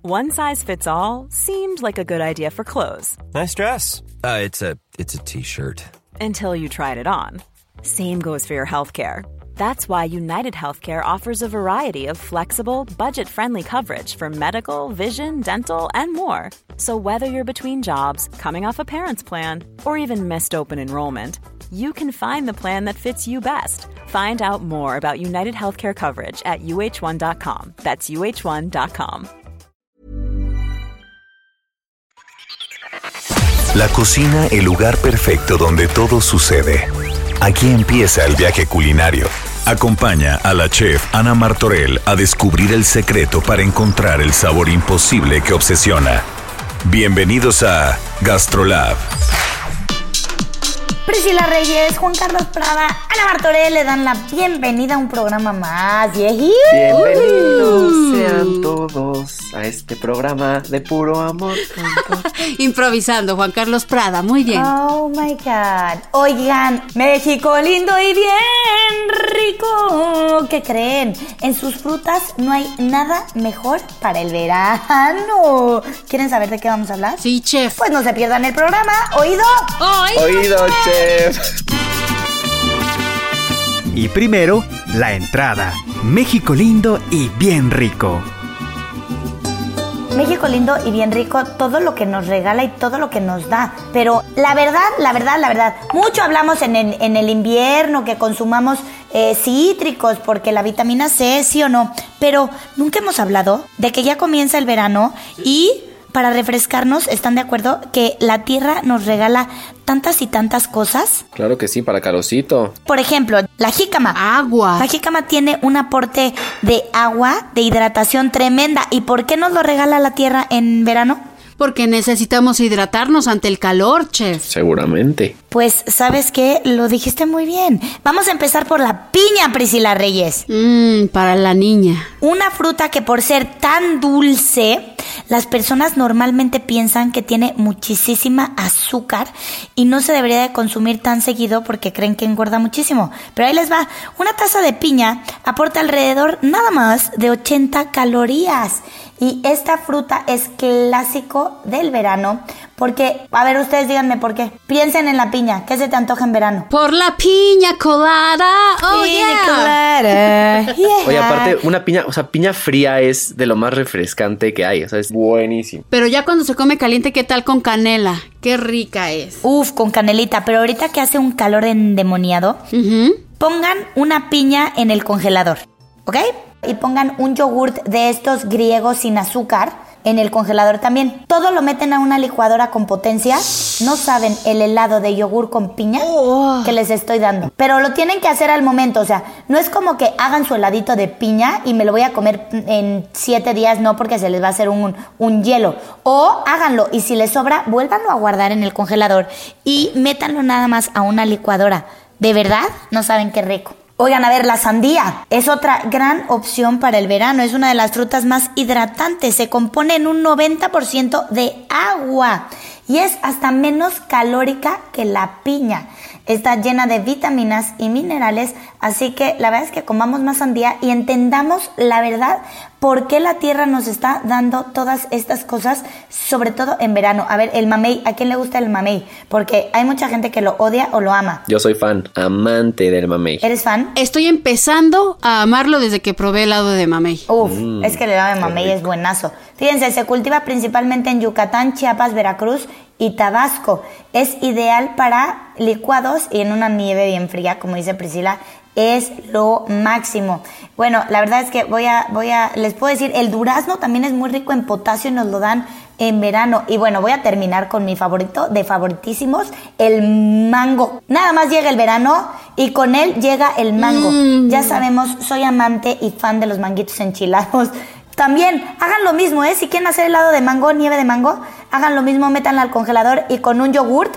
One size fits all seemed like a good idea for clothes. Nice dress. It's a t-shirt. Until you tried it on. Same goes for your healthcare. That's why United Healthcare offers a variety of flexible, budget-friendly coverage for medical, vision, dental, and more. So whether you're between jobs, coming off a parent's plan, or even missed open enrollment, you can find the plan that fits you best. Find out more about United Healthcare coverage at uh1.com. That's uh1.com. La cocina, el lugar perfecto donde todo sucede. Aquí empieza el viaje culinario. Acompaña a la chef Ana Martorell a descubrir el secreto para encontrar el sabor imposible que obsesiona. Bienvenidos a GastroLab. Priscila Reyes, Juan Carlos Prada, Ana Martorell le dan la bienvenida a un programa más. Bienvenidos sean todos a este programa de puro amor. Improvisando, Juan Carlos Prada, muy bien. Oh my God. Oigan, México lindo y bien rico. ¿Qué creen? En sus frutas no hay nada mejor para el verano. ¿Quieren saber de qué vamos a hablar? Sí, chef. Pues no se pierdan el programa. ¿Oído? Oído, chef. Y primero, la entrada. México lindo y bien rico. México lindo y bien rico, todo lo que nos regala y todo lo que nos da. Pero la verdad, mucho hablamos en el invierno que consumamos cítricos porque la vitamina C, sí o no. Pero nunca hemos hablado de que ya comienza el verano y para refrescarnos, ¿están de acuerdo? Que la tierra nos regala tantas y tantas cosas. Claro que sí, para calorcito. Por ejemplo, la jícama. Agua. La jícama tiene un aporte de agua, de hidratación tremenda. ¿Y por qué nos lo regala la tierra en verano? Porque necesitamos hidratarnos ante el calor, chef. Seguramente. Pues, ¿sabes qué? Lo dijiste muy bien. Vamos a empezar por la piña, Priscila Reyes. Para la niña. Una fruta que por ser tan dulce, las personas normalmente piensan que tiene muchísima azúcar y no se debería de consumir tan seguido porque creen que engorda muchísimo. Pero ahí les va. Una taza de piña aporta alrededor nada más de 80 calorías. Y esta fruta es clásico del verano porque, a ver, ustedes díganme por qué. Piensen en la piña. ¿Qué se te antoja en verano? Por la piña colada. Oh, Piña yeah. colada. Yeah. Oye, aparte, una piña, piña fría es de lo más refrescante que hay. O sea, es buenísimo. Pero ya cuando se come caliente, ¿qué tal con canela? Qué rica es. Uf, con canelita. Pero ahorita que hace un calor endemoniado, pongan una piña en el congelador, ¿ok? Y pongan un yogurt de estos griegos sin azúcar en el congelador también. Todo lo meten a una licuadora con potencia. No saben el helado de yogur con piña que les estoy dando. Pero lo tienen que hacer al momento. O sea, no es como que hagan su heladito de piña y me lo voy a comer en 7 días. No, porque se les va a hacer un hielo. O háganlo y si les sobra, vuélvanlo a guardar en el congelador y métanlo nada más a una licuadora. ¿De verdad? No saben qué rico. Oigan, a ver, la sandía es otra gran opción para el verano. Es una de las frutas más hidratantes. Se compone en un 90% de agua y es hasta menos calórica que la piña. Está llena de vitaminas y minerales, así que la verdad es que comamos más sandía y entendamos la verdad por qué la tierra nos está dando todas estas cosas, sobre todo en verano. A ver, el mamey, ¿a quién le gusta el mamey? Porque hay mucha gente que lo odia o lo ama. Yo soy fan, amante del mamey. ¿Eres fan? Estoy empezando a amarlo desde que probé helado de mamey. Uf, es que el helado de mamey es buenazo. Fíjense, se cultiva principalmente en Yucatán, Chiapas, Veracruz y Tabasco. Es ideal para licuados y en una nieve bien fría, como dice Priscila, es lo máximo. Bueno, la verdad es que les puedo decir, el durazno también es muy rico en potasio y nos lo dan en verano. Y bueno, voy a terminar con mi favorito de favoritísimos, el mango. Nada más llega el verano y con él llega el mango. Ya sabemos, soy amante y fan de los manguitos enchilados. También, hagan lo mismo, si quieren hacer helado de mango, nieve de mango, hagan lo mismo, métanla al congelador y con un yogurt,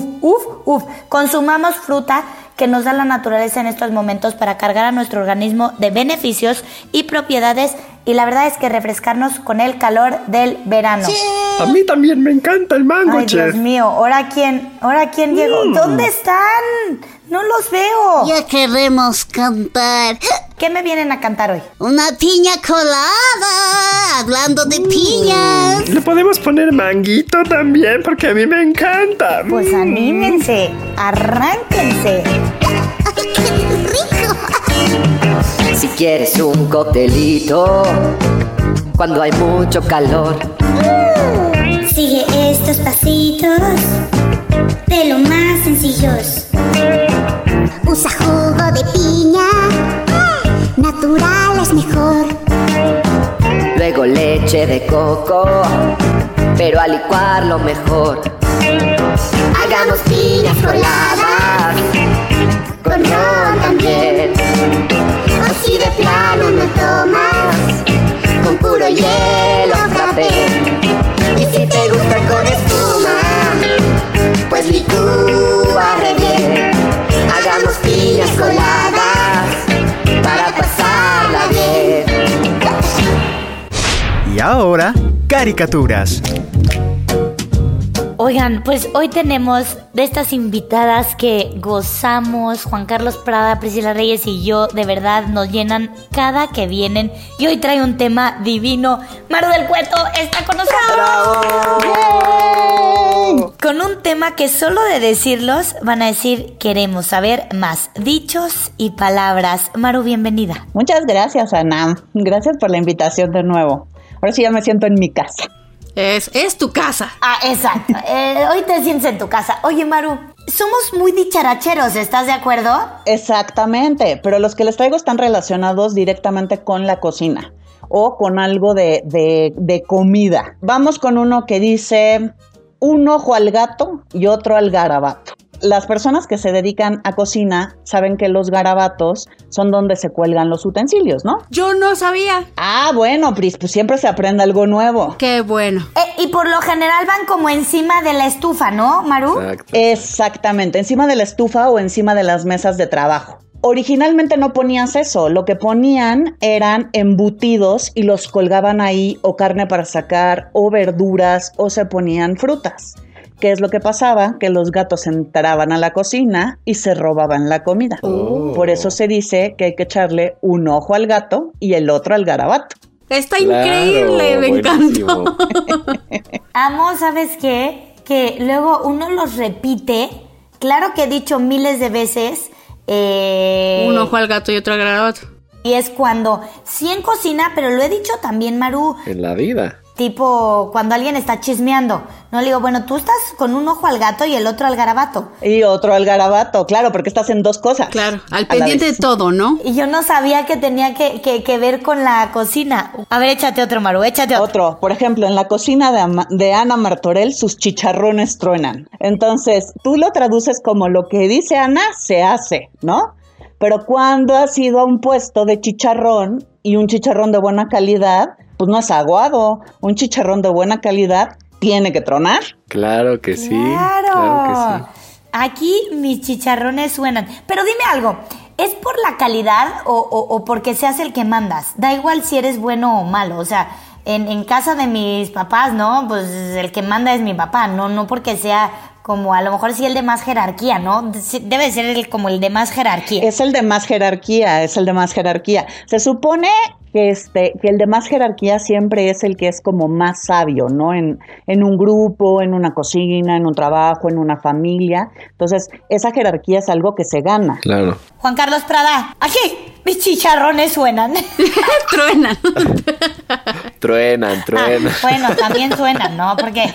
consumamos fruta que nos da la naturaleza en estos momentos para cargar a nuestro organismo de beneficios y propiedades y la verdad es que refrescarnos con el calor del verano. A mí también me encanta el mango, Ay, chef. Dios mío, ¿ahora quién llegó? ¿Dónde están? No los veo. Ya queremos cantar. ¿Qué me vienen a cantar hoy? Una piña colada. Hablando de piñas. Le podemos poner manguito también porque a mí me encanta. Pues anímense, arránquense. ¡Qué rico! Si quieres un coctelito cuando hay mucho calor, sigue estos pasitos de lo más sencillos. Usa jugo de piña, natural es mejor. luego leche de coco, pero a licuarlo mejor. Hagamos piñas coladas con ron también. O si de plano no tomas, con puro hielo frappé. Y si te gusta con espuma, pues licúa re bien. Hagamos piñas coladas para pasarla bien. Y ahora, caricaturas. Oigan, pues hoy tenemos de estas invitadas que gozamos, Juan Carlos Prada, Priscila Reyes y yo, de verdad nos llenan cada que vienen. Y hoy trae un tema divino. Maru del Cueto está con nosotros. ¡Bravo! Con un tema que solo de decirlos van a decir queremos saber más. Dichos y palabras. Maru, bienvenida. Muchas gracias, Ana. Gracias por la invitación de nuevo. Ahora sí ya me siento en mi casa. Es tu casa. Ah, exacto. Hoy te sientes en tu casa. Oye, Maru, somos muy dicharacheros, ¿estás de acuerdo? Exactamente, pero los que les traigo están relacionados directamente con la cocina o con algo de comida. Vamos con uno que dice: un ojo al gato y otro al garabato. Las personas que se dedican a cocina saben que los garabatos son donde se cuelgan los utensilios, ¿no? Yo no sabía. Ah, bueno, Pris, pues siempre se aprende algo nuevo. Qué bueno. Y por lo general van como encima de la estufa, ¿no, Maru? Exacto. Exactamente, encima de la estufa o encima de las mesas de trabajo. Originalmente no ponías eso, lo que ponían eran embutidos y los colgaban ahí, o carne para sacar, o verduras, o se ponían frutas. ¿Qué es lo que pasaba? Que los gatos entraban a la cocina y se robaban la comida. Oh. Por eso se dice que hay que echarle un ojo al gato y el otro al garabato. Está increíble, me encantó. Amo, ¿sabes qué? Que luego uno los repite. Claro que he dicho miles de veces. Un ojo al gato y otro al garabato. Y es cuando, sí en cocina, pero lo he dicho también, Maru. En la vida. Tipo, cuando alguien está chismeando. No le digo, bueno, tú estás con un ojo al gato y el otro al garabato. Y otro al garabato, claro, porque estás en dos cosas. Claro, al pendiente de todo, ¿no? Y yo no sabía que tenía que ver con la cocina. A ver, échate otro, Maru, échate otro. Otro, por ejemplo, en la cocina de Ana Martorell, sus chicharrones truenan. Entonces, tú lo traduces como lo que dice Ana, se hace, ¿no? Pero cuando has ido a un puesto de chicharrón y un chicharrón de buena calidad, pues no es aguado. Un chicharrón de buena calidad tiene que tronar. Claro que sí. Claro que sí. Aquí mis chicharrones suenan. Pero dime algo, ¿es por la calidad o porque seas el que mandas? Da igual si eres bueno o malo, o sea, en casa de mis papás, ¿no? Pues el que manda es mi papá, no porque sea como a lo mejor sí el de más jerarquía, ¿no? Debe ser como el de más jerarquía. Es el de más jerarquía, Se supone que el de más jerarquía siempre es el que es como más sabio, ¿no? En un grupo, en una cocina, en un trabajo, en una familia. Entonces, esa jerarquía es algo que se gana. Claro. Juan Carlos Prada, aquí mis chicharrones suenan. Truenan. Truenan. Bueno, también suenan, ¿no? Porque...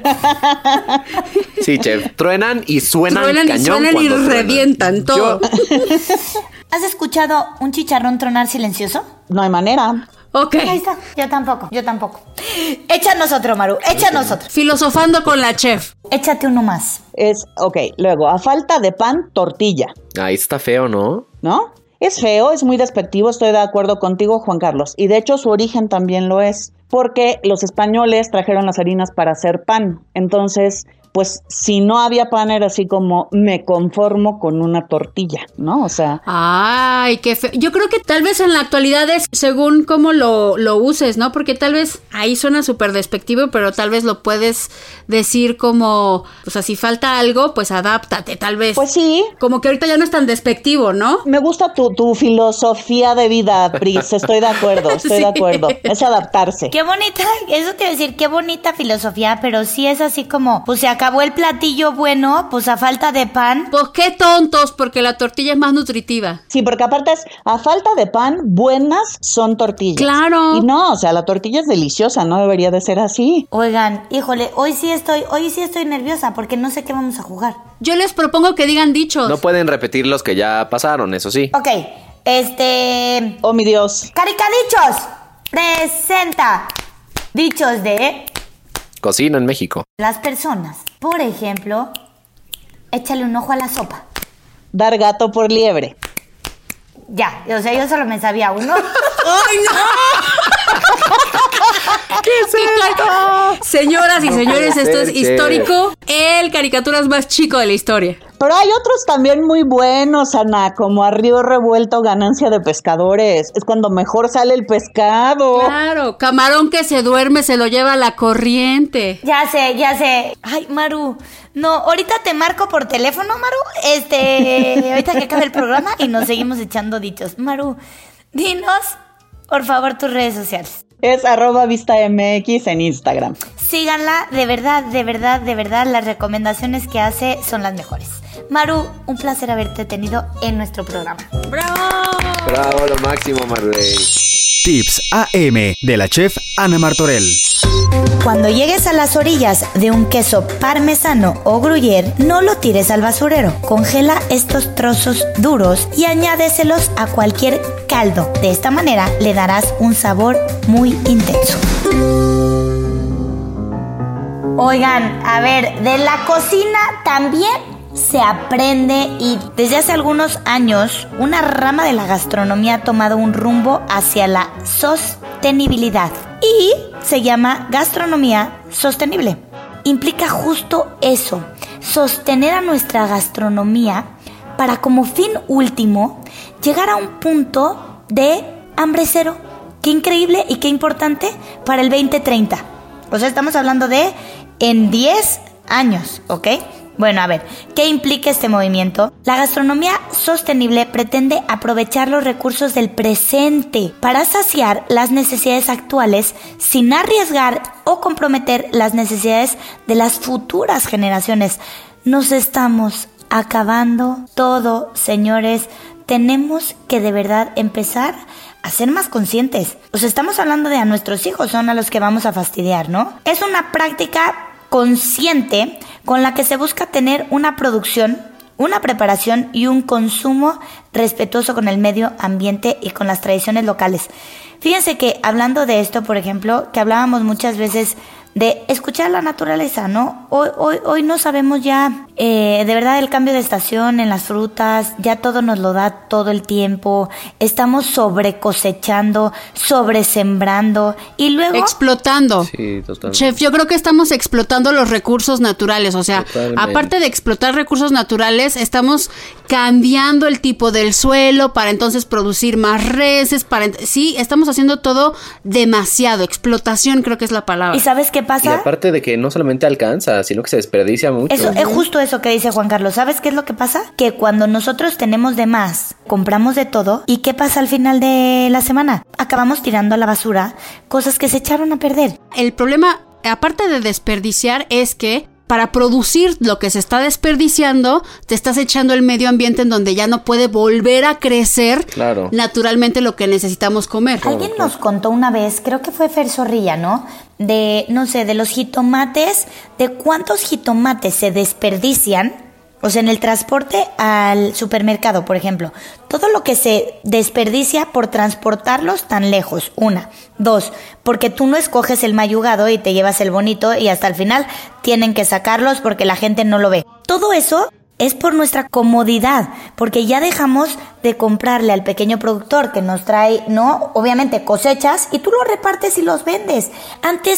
Sí, chef. Truenan y suenan cañón y cuando revientan todo. ¿Has escuchado un chicharrón tronar silencioso? No hay manera. Ok. Ahí está. Yo tampoco. Échanos otro, Maru. Échanos otro. Filosofando con la chef. Échate uno más. Luego, a falta de pan, tortilla. Ahí está feo, ¿no? ¿No? Es feo, es muy despectivo, estoy de acuerdo contigo, Juan Carlos. Y de hecho su origen también lo es, porque los españoles trajeron las harinas para hacer pan. Entonces, pues si no había pan era así como me conformo con una tortilla, ¿no? O sea... Ay, qué feo. Yo creo que tal vez en la actualidad es según cómo lo uses, ¿no? Porque tal vez ahí suena súper despectivo, pero tal vez lo puedes decir como, o sea, si falta algo, pues adáptate, tal vez. Pues sí. Como que ahorita ya no es tan despectivo, ¿no? Me gusta tu filosofía de vida, Pris. Estoy de acuerdo, de acuerdo. Es adaptarse. Qué bonita, eso te iba a decir, qué bonita filosofía, pero sí es así como, pues se acabó el platillo bueno, pues a falta de pan. Pues qué tontos, porque la tortilla es más nutritiva. Sí, porque aparte es, a falta de pan, buenas son tortillas. Claro. Y no, o sea, la tortilla es deliciosa, no debería de ser así. Oigan, híjole, hoy sí estoy nerviosa porque no sé qué vamos a jugar. Yo les propongo que digan dichos. No pueden repetir los que ya pasaron, eso sí. Ok, oh, mi Dios. Caricadichos, presenta dichos de... Cocina en México. Las personas, por ejemplo, échale un ojo a la sopa. Dar gato por liebre. Ya, o sea, yo solo me sabía uno. ¡Ay, no! ¿Qué es esto? Señoras y señores, esto es histórico. El caricaturas más chico de la historia. Pero hay otros también muy buenos, Ana, como a río revuelto, ganancia de pescadores. Es cuando mejor sale el pescado. Claro, camarón que se duerme se lo lleva la corriente. Ya sé. Ay, Maru, no, ahorita te marco por teléfono, Maru. Ahorita que acabe el programa y nos seguimos echando dichos. Maru, dinos, por favor, tus redes sociales. Es @VistaMX en Instagram. Síganla, de verdad, las recomendaciones que hace son las mejores. Maru, un placer haberte tenido en nuestro programa. ¡Bravo! Bravo, lo máximo, Marley. Tips AM de la chef Ana Martorell. Cuando llegues a las orillas de un queso parmesano o gruyère, no lo tires al basurero. Congela estos trozos duros y añádeselos a cualquier caldo. De esta manera le darás un sabor muy intenso. Oigan, a ver, de la cocina también se aprende y desde hace algunos años una rama de la gastronomía ha tomado un rumbo hacia la sostenibilidad y se llama gastronomía sostenible. Implica justo eso, sostener a nuestra gastronomía para como fin último llegar a un punto de hambre cero. Qué increíble y qué importante para el 2030. O sea, estamos hablando de en 10 años, ¿ok? Bueno, a ver, ¿qué implica este movimiento? La gastronomía sostenible pretende aprovechar los recursos del presente para saciar las necesidades actuales sin arriesgar o comprometer las necesidades de las futuras generaciones. Nos estamos acabando todo, señores. Tenemos que de verdad empezar a ser más conscientes. O sea, estamos hablando de a nuestros hijos, son a los que vamos a fastidiar, ¿no? Es una práctica consciente con la que se busca tener una producción, una preparación y un consumo respetuoso con el medio ambiente y con las tradiciones locales. Fíjense que hablando de esto, por ejemplo, que hablábamos muchas veces de escuchar la naturaleza, ¿no? Hoy no sabemos ya, de verdad, el cambio de estación en las frutas, ya todo nos lo da todo el tiempo, estamos sobrecosechando, sobresembrando y luego... Explotando. Sí, totalmente. Chef, yo creo que estamos explotando los recursos naturales, o sea, Totalmente. aparte de explotar recursos naturales, estamos cambiando el tipo del suelo para entonces producir más reses, sí, estamos haciendo todo demasiado, explotación creo que es la palabra. ¿Y sabes qué pasa? Y aparte de que no solamente alcanza, sino que se desperdicia mucho. Eso, es justo eso que dice Juan Carlos. ¿Sabes qué es lo que pasa? Que cuando nosotros tenemos de más, compramos de todo, ¿y qué pasa al final de la semana? Acabamos tirando a la basura cosas que se echaron a perder. El problema, aparte de desperdiciar, es que para producir lo que se está desperdiciando, te estás echando el medio ambiente en donde ya no puede volver a crecer naturalmente lo que necesitamos comer. Alguien nos contó una vez, creo que fue Fer Zorrilla, ¿no? De los jitomates, de cuántos jitomates se desperdician, o sea, en el transporte al supermercado, por ejemplo. Todo lo que se desperdicia por transportarlos tan lejos, 1. 2, porque tú no escoges el mayugado y te llevas el bonito y hasta el final tienen que sacarlos porque la gente no lo ve. Todo eso es por nuestra comodidad, porque ya dejamos de comprarle al pequeño productor que nos trae, ¿no? Obviamente cosechas y tú los repartes y los vendes. Antes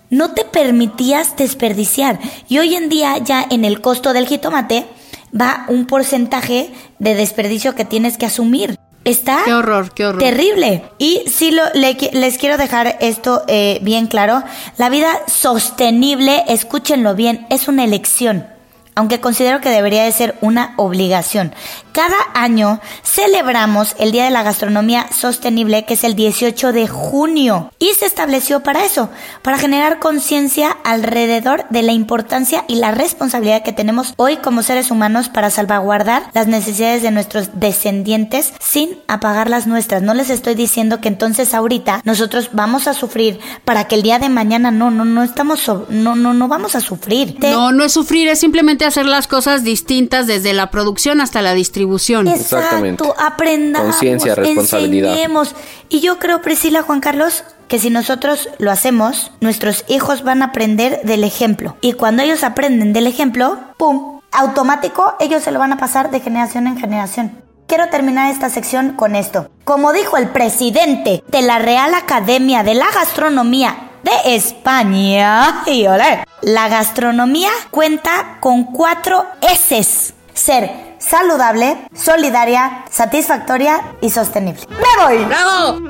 no te permitías desperdiciar. Y hoy en día ya en el costo del jitomate va un porcentaje de desperdicio que tienes que asumir. Está qué horror. Terrible. Y sí les quiero dejar esto bien claro. La vida sostenible, escúchenlo bien, es una elección. Aunque considero que debería de ser una obligación. Cada año celebramos el Día de la Gastronomía Sostenible, que es el 18 de junio. Y se estableció para eso, para generar conciencia alrededor de la importancia y la responsabilidad que tenemos hoy como seres humanos para salvaguardar las necesidades de nuestros descendientes sin apagar las nuestras. No les estoy diciendo que entonces ahorita nosotros vamos a sufrir para que el día de mañana no vamos a sufrir. No es sufrir, es simplemente hacer las cosas distintas desde la producción hasta la distribución. Exacto, aprendamos, conciencia, responsabilidad. Enseñemos. Y yo creo, Priscila, Juan Carlos, que si nosotros lo hacemos, nuestros hijos van a aprender del ejemplo. Y cuando ellos aprenden del ejemplo, ¡pum!, automático, ellos se lo van a pasar de generación en generación. Quiero terminar esta sección con esto. Como dijo el presidente de la Real Academia de la Gastronomía de España, y olé, la gastronomía cuenta con 4 S's: ser saludable, solidaria, satisfactoria y sostenible. ¡Me voy! ¡Bravo!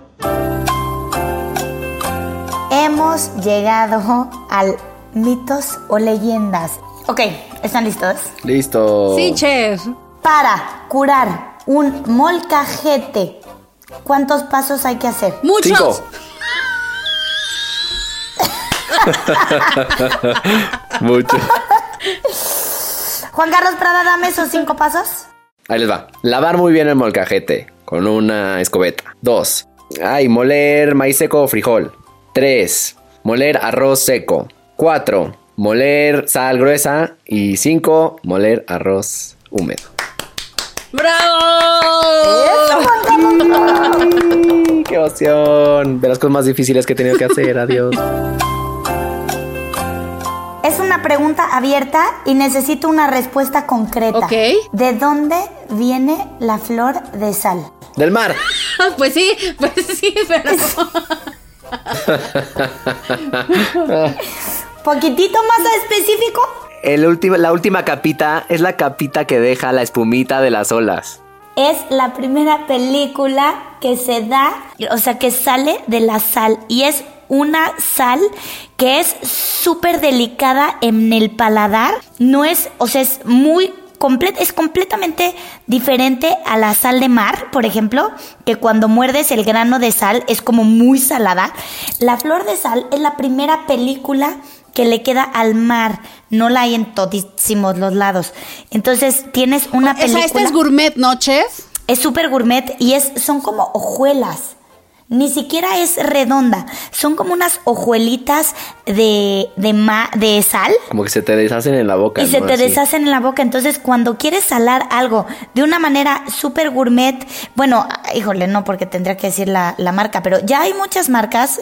Hemos llegado al mitos o leyendas. Ok, ¿están listos? Listo. Sí, chef. Para curar un molcajete, ¿cuántos pasos hay que hacer? ¡Muchos! 5. Mucho. Juan Carlos Prada, dame esos 5 pasos. Ahí les va. Lavar muy bien el molcajete con una escobeta. 2. Moler maíz seco o frijol. 3. Moler arroz seco. 4. Moler sal gruesa. Y 5. Moler arroz húmedo. ¡Bravo! ¡Qué emoción! De las cosas más difíciles que he tenido que hacer. Adiós. Es una pregunta abierta y necesito una respuesta concreta. Ok. ¿De dónde viene la flor de sal? Del mar. Pues sí, pero... ¿Poquitito más específico? La última capita es la capita que deja la espumita de las olas. Es la primera película que se da, o sea, que sale de la sal. Y es una sal que es súper delicada en el paladar. No es, o sea, es completamente diferente a la sal de mar, por ejemplo, que cuando muerdes el grano de sal es como muy salada. La flor de sal es la primera película que le queda al mar, no la hay en todísimos los lados. Entonces tienes una película... Esta es gourmet, ¿no, chef? Es súper gourmet y son como hojuelas. Ni siquiera es redonda. Son como unas hojuelitas de sal. Como que se te deshacen en la boca. Y se te deshacen en la boca. Entonces, cuando quieres salar algo de una manera súper gourmet... Bueno, híjole, no, porque tendría que decir la marca. Pero ya hay muchas marcas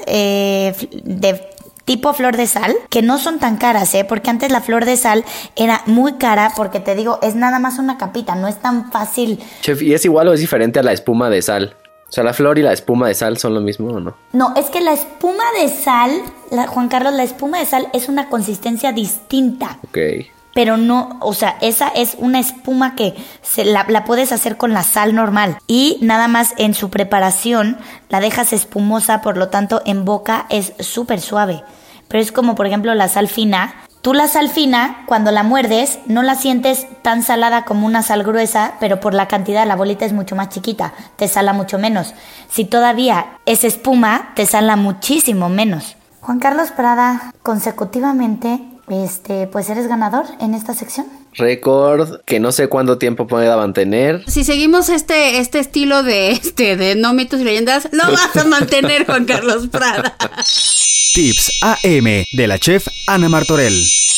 de tipo flor de sal que no son tan caras, porque antes la flor de sal era muy cara, porque te digo, es nada más una capita, no es tan fácil. Chef, ¿y es igual o es diferente a la espuma de sal? O sea, ¿la flor y la espuma de sal son lo mismo o no? No, es que la espuma de sal, Juan Carlos, la espuma de sal es una consistencia distinta. Ok. Pero no, o sea, esa es una espuma que la puedes hacer con la sal normal. Y nada más en su preparación la dejas espumosa, por lo tanto en boca es súper suave. Pero es como, por ejemplo, la sal fina. Tú la sal fina, cuando la muerdes, no la sientes tan salada como una sal gruesa, pero por la cantidad, la bolita es mucho más chiquita, te sala mucho menos. Si todavía es espuma, te sala muchísimo menos. Juan Carlos Prada, consecutivamente, pues eres ganador en esta sección. Récord que no sé cuánto tiempo pueda mantener. Si seguimos este estilo de no mitos y leyendas, lo vas a mantener, Juan Carlos Prada. Tips AM de la chef Ana Martorell.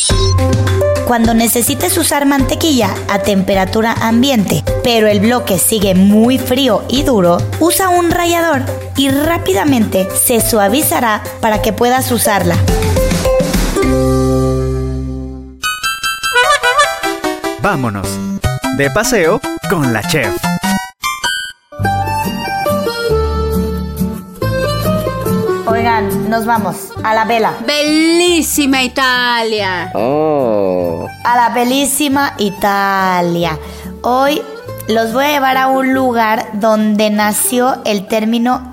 Cuando necesites usar mantequilla a temperatura ambiente, pero el bloque sigue muy frío y duro, usa un rallador y rápidamente se suavizará para que puedas usarla. Vámonos de paseo con la chef. Oigan, Oigan, nos vamos a la vela. Bellísima Italia. Oh. A la bellísima Italia. Hoy los voy a llevar a un lugar donde nació el término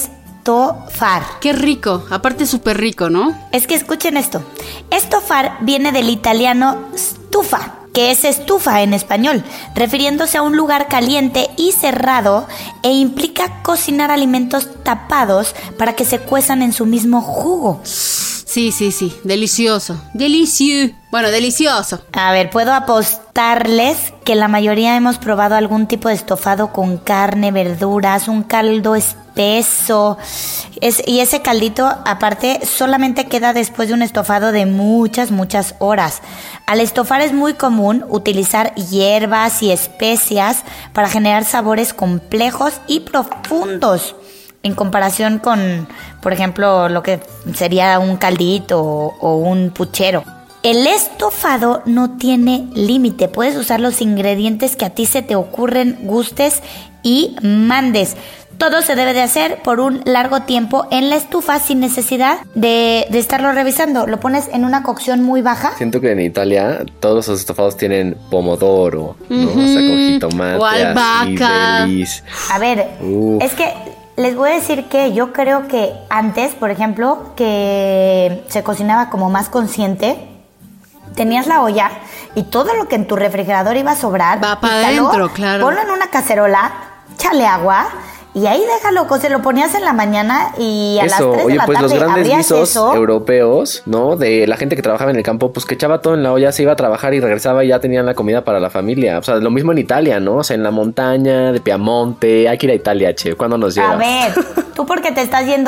estofar. Qué rico, aparte súper rico, ¿no? Es que escuchen esto. Estofar viene del italiano stufa, que es estufa en español, refiriéndose a un lugar caliente y cerrado e implica cocinar alimentos tapados para que se cuezan en su mismo jugo. Sí, delicioso. Bueno, delicioso. A ver, puedo apostarles que la mayoría hemos probado algún tipo de estofado con carne, verduras, un caldo espeso. Y ese caldito, aparte, solamente queda después de un estofado de muchas horas. Al estofar es muy común utilizar hierbas y especias para generar sabores complejos y profundos, en comparación con, por ejemplo, lo que sería un caldito o un puchero. El estofado no tiene límite. Puedes usar los ingredientes que a ti se te ocurren, gustes y mandes. Todo se debe de hacer por un largo tiempo en la estufa sin necesidad de estarlo revisando. Lo pones en una cocción muy baja. Siento que en Italia todos los estofados tienen pomodoro, ¿no? O sea, con jitomate, o albahaca. Así, delis. A ver, es que les voy a decir que yo creo que antes, por ejemplo, que se cocinaba como más consciente. Tenías la olla y todo lo que en tu refrigerador iba a sobrar, va para adentro, claro. Ponlo en una cacerola, échale agua y ahí déjalo, se lo ponías en la mañana y a las 3 de la tarde los grandes abrías guisos eso. Europeos, ¿no? De la gente que trabajaba en el campo, pues que echaba todo en la olla, se iba a trabajar y regresaba y ya tenían la comida para la familia. O sea, lo mismo en Italia, ¿no? O sea, en la montaña de Piamonte. Hay que ir a Italia, che. ¿Cuándo nos llevas? A ver, tú porque te estás yendo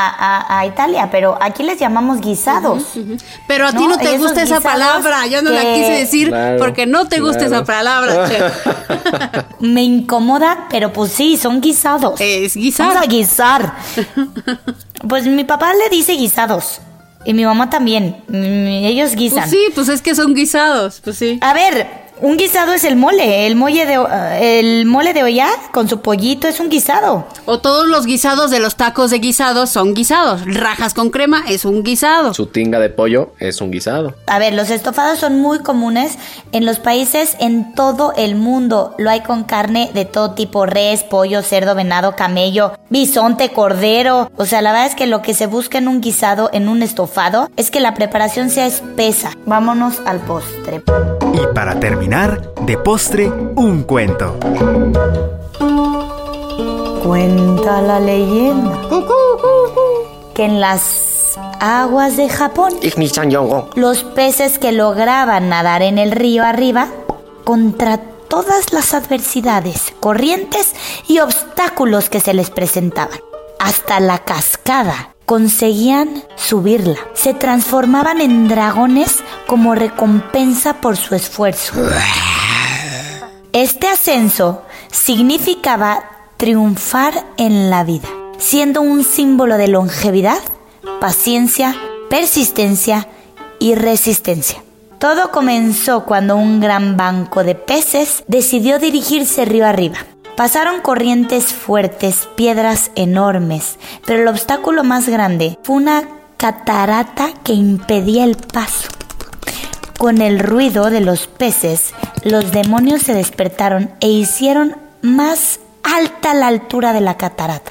a Italia, pero aquí les llamamos guisados. Pero a ti no te gusta esa palabra. Yo no la quise decir porque no te gusta esa palabra, che. Me incomoda, pero pues sí, son guisados. Es guisar. Vamos a guisar. Pues mi papá le dice guisados. Y mi mamá también. Ellos guisan. Pues sí, pues es que son guisados. Pues sí. A ver, un guisado es el mole. El mole de olla con su pollito es un guisado. O todos los guisados de los tacos de guisados son guisados. Rajas con crema es un guisado. Su tinga de pollo es un guisado. A ver, los estofados son muy comunes en los países en todo el mundo. Lo hay con carne de todo tipo: res, pollo, cerdo, venado, camello, bisonte, cordero. O sea, la verdad es que lo que se busca en un guisado, en un estofado, es que la preparación sea espesa. Vámonos al postre. Y para terminar, de postre, un cuento. Cuenta la leyenda que en las aguas de Japón, los peces que lograban nadar en el río arriba, contra todas las adversidades, corrientes y obstáculos que se les presentaban, hasta la cascada, conseguían subirla. Se transformaban en dragones como recompensa por su esfuerzo. Este ascenso significaba triunfar en la vida, siendo un símbolo de longevidad, paciencia, persistencia y resistencia. Todo comenzó cuando un gran banco de peces decidió dirigirse río arriba. Pasaron corrientes fuertes, piedras enormes, pero el obstáculo más grande fue una catarata que impedía el paso. Con el ruido de los peces, los demonios se despertaron e hicieron más alta la altura de la catarata.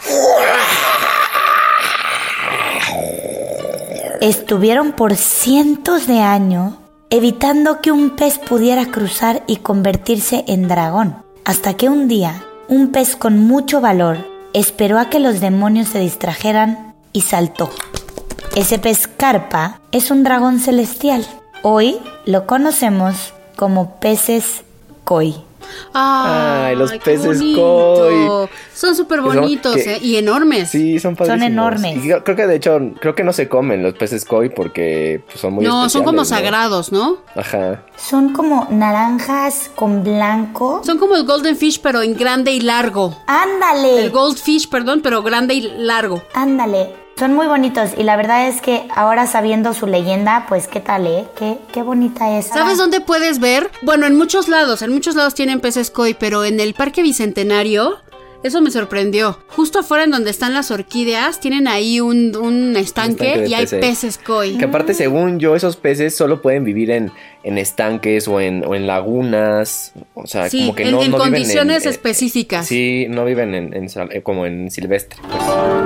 Estuvieron por cientos de años evitando que un pez pudiera cruzar y convertirse en dragón, hasta que un día un pez con mucho valor esperó a que los demonios se distrajeran y saltó. Ese pez carpa es un dragón celestial. Hoy lo conocemos como peces koi. Ay, los peces koi. Son súper bonitos y enormes. Sí, son padrísimos. Son enormes. Y creo que de hecho, no se comen los peces koi porque pues, son muy especiales. No, son como sagrados, ¿no? Ajá. Son como naranjas con blanco. Son como el golden fish, pero en grande y largo. ¡Ándale! El goldfish, perdón, pero grande y largo. ¡Ándale! Son muy bonitos y la verdad es que ahora sabiendo su leyenda, pues qué tal, qué bonita es. ¿Sabes dónde puedes ver? Bueno, en muchos lados tienen peces koi, pero en el Parque Bicentenario Eso me sorprendió. Justo afuera en donde están las orquídeas, tienen ahí un estanque y hay peces koi. Que aparte, según yo, esos peces solo pueden vivir en estanques o en lagunas. O sea, sí, como que en no condiciones viven específicas. Sí, no viven como en silvestre. Pues.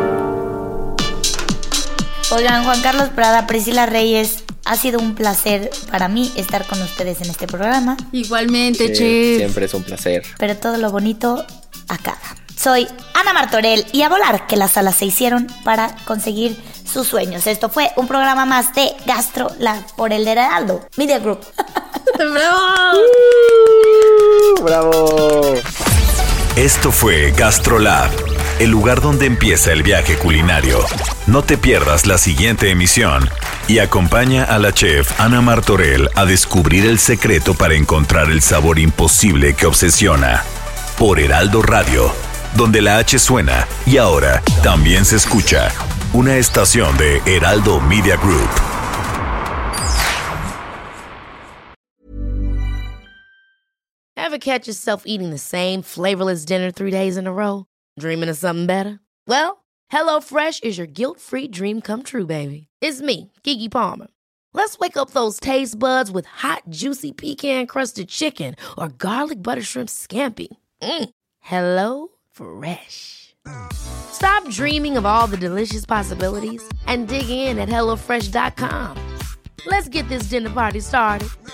Oigan, Juan Carlos Prada, Priscila Reyes, ha sido un placer para mí estar con ustedes en este programa. Igualmente, Sí, Chef. siempre es un placer. Pero todo lo bonito acaba. Soy Ana Martorell y a volar que las alas se hicieron para conseguir sus sueños. Esto fue un programa más de GastroLab por el Heraldo Media Group. ¡Bravo! ¡Bravo! Esto fue GastroLab, el lugar donde empieza el viaje culinario. No te pierdas la siguiente emisión y acompaña a la chef Ana Martorell a descubrir el secreto para encontrar el sabor imposible que obsesiona. Por Heraldo Radio, donde la H suena y ahora también se escucha. Una estación de Heraldo Media Group. Ever catch yourself eating the same flavorless dinner 3 days in a row? Dreaming of something better? Well, HelloFresh is your guilt-free dream come true, baby. It's me, Keke Palmer. Let's wake up those taste buds with hot, juicy pecan-crusted chicken or garlic butter shrimp scampi. Hello Fresh. Stop dreaming of all the delicious possibilities and dig in at HelloFresh.com. Let's get this dinner party started.